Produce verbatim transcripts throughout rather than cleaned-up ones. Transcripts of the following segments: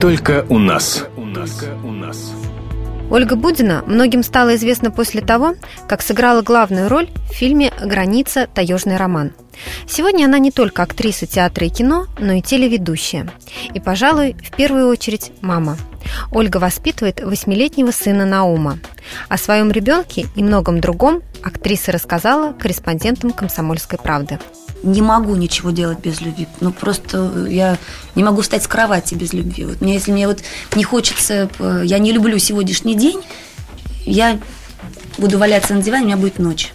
Только у нас. Только у нас. Ольга Будина многим стала известна после того, как сыграла главную роль в фильме «Граница. Таежный роман». Сегодня она не только актриса театра и кино, но и телеведущая. И, пожалуй, в первую очередь мама. Ольга воспитывает восьмилетнего сына Наума. О своем ребенке и многом другом актриса рассказала корреспондентам «Комсомольской правды». Не могу ничего делать без любви. Ну, просто я не могу встать с кровати без любви. Вот мне, если мне вот не хочется, я не люблю сегодняшний день, я буду валяться на диване, у меня будет ночь.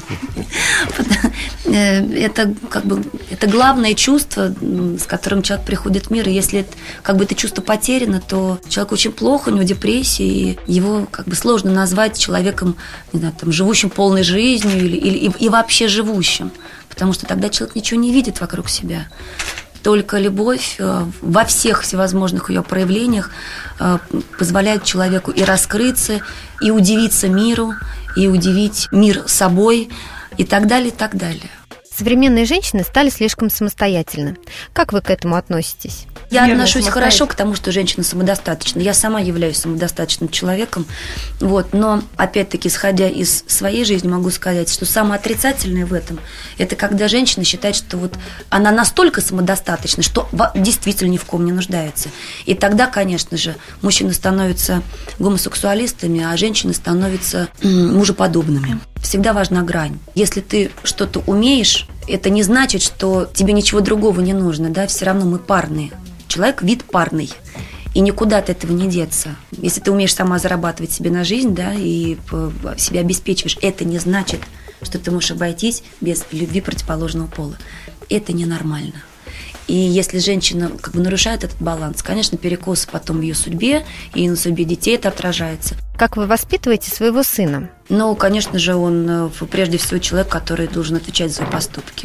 Это как бы это главное чувство, с которым человек приходит в мир. И если как бы это чувство потеряно, то человеку очень плохо, у него депрессия, и его как бы сложно назвать человеком, не знаю, там, живущим полной жизнью или, или и вообще живущим. Потому что тогда человек ничего не видит вокруг себя. Только любовь во всех всевозможных ее проявлениях позволяет человеку и раскрыться, и удивиться миру, и удивить мир собой, и так далее, и так далее. Современные женщины стали слишком самостоятельны. Как вы к этому относитесь? Я отношусь хорошо к тому, что женщина самодостаточна. Я сама являюсь самодостаточным человеком. Вот. Но, опять-таки, исходя из своей жизни, могу сказать, что самое отрицательное в этом – это когда женщина считает, что вот она настолько самодостаточна, что действительно ни в ком не нуждается. И тогда, конечно же, мужчины становятся гомосексуалистами, а женщины становятся мужеподобными. Всегда важна грань. Если ты что-то умеешь, это не значит, что тебе ничего другого не нужно, да, все равно мы парные. Человек – вид парный, и никуда от этого не деться. Если ты умеешь сама зарабатывать себе на жизнь, да, и себя обеспечиваешь, это не значит, что ты можешь обойтись без любви противоположного пола. Это ненормально. И если женщина как бы нарушает этот баланс, конечно, перекосы потом в ее судьбе, и на судьбе детей это отражается. Как вы воспитываете своего сына? Ну, конечно же, он прежде всего человек, который должен отвечать за свои поступки.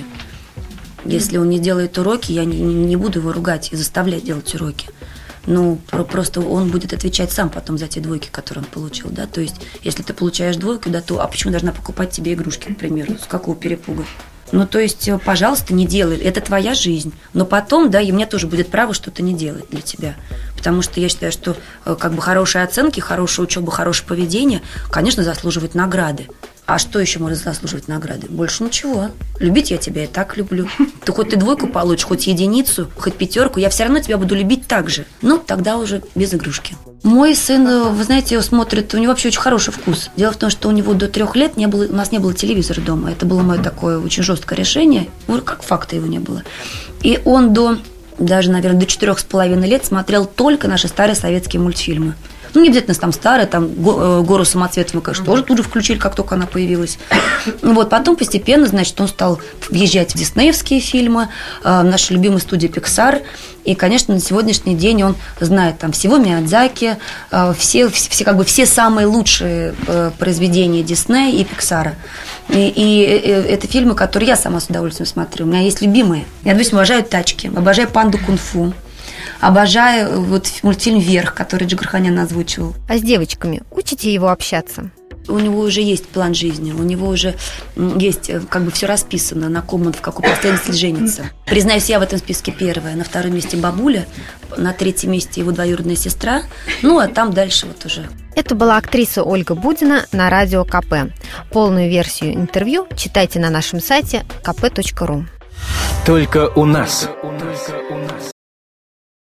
Если он не делает уроки, я не, не буду его ругать и заставлять делать уроки. Ну, просто он будет отвечать сам потом за те двойки, которые он получил, да. То есть, если ты получаешь двойку, да, то а почему должна покупать тебе игрушки, к примеру, с какого перепуга? Ну, то есть, пожалуйста, не делай, это твоя жизнь. Но потом, да, и у меня тоже будет право что-то не делать для тебя. Потому что я считаю, что как бы хорошие оценки, хорошая учеба, хорошее поведение, конечно, заслуживают награды. А что еще может заслуживать награды? Больше ничего. Любить я тебя и так люблю. Ты хоть ты двойку получишь, хоть единицу, хоть пятерку, я все равно тебя буду любить так же. Ну, тогда уже без игрушки. Мой сын, вы знаете, его смотрит, у него вообще очень хороший вкус. Дело в том, что у него до трех лет не было, у нас не было телевизора дома. Это было мое такое очень жесткое решение. Как факта его не было. И он до, даже, наверное, до четырех с половиной лет смотрел только наши старые советские мультфильмы. Ну, не обязательно там старая, там «Гору самоцветов» мы, конечно, тоже тут же включили, как только она появилась. Вот, потом постепенно, значит, он стал въезжать в диснеевские фильмы, в нашу любимую студию Pixar. И, конечно, на сегодняшний день он знает там всего Миядзаки, все, все, как бы все самые лучшие произведения Диснея и Pixar. И, и это фильмы, которые я сама с удовольствием смотрю. У меня есть любимые. Я, допустим, обожаю «Тачки», обожаю «Панду кунг-фу». Обожаю вот мультфильм «Вверх», который Джигарханян озвучивал. А с девочками учите его общаться? У него уже есть план жизни, у него уже есть как бы все расписано, на ком он, в какой последовательности женится. Признаюсь, я в этом списке первая. На втором месте бабуля, на третьем месте его двоюродная сестра, ну а там дальше вот уже. Это была актриса Ольга Будина на радио КП. Полную версию интервью читайте на нашем сайте ка пэ точка ру. Только у нас.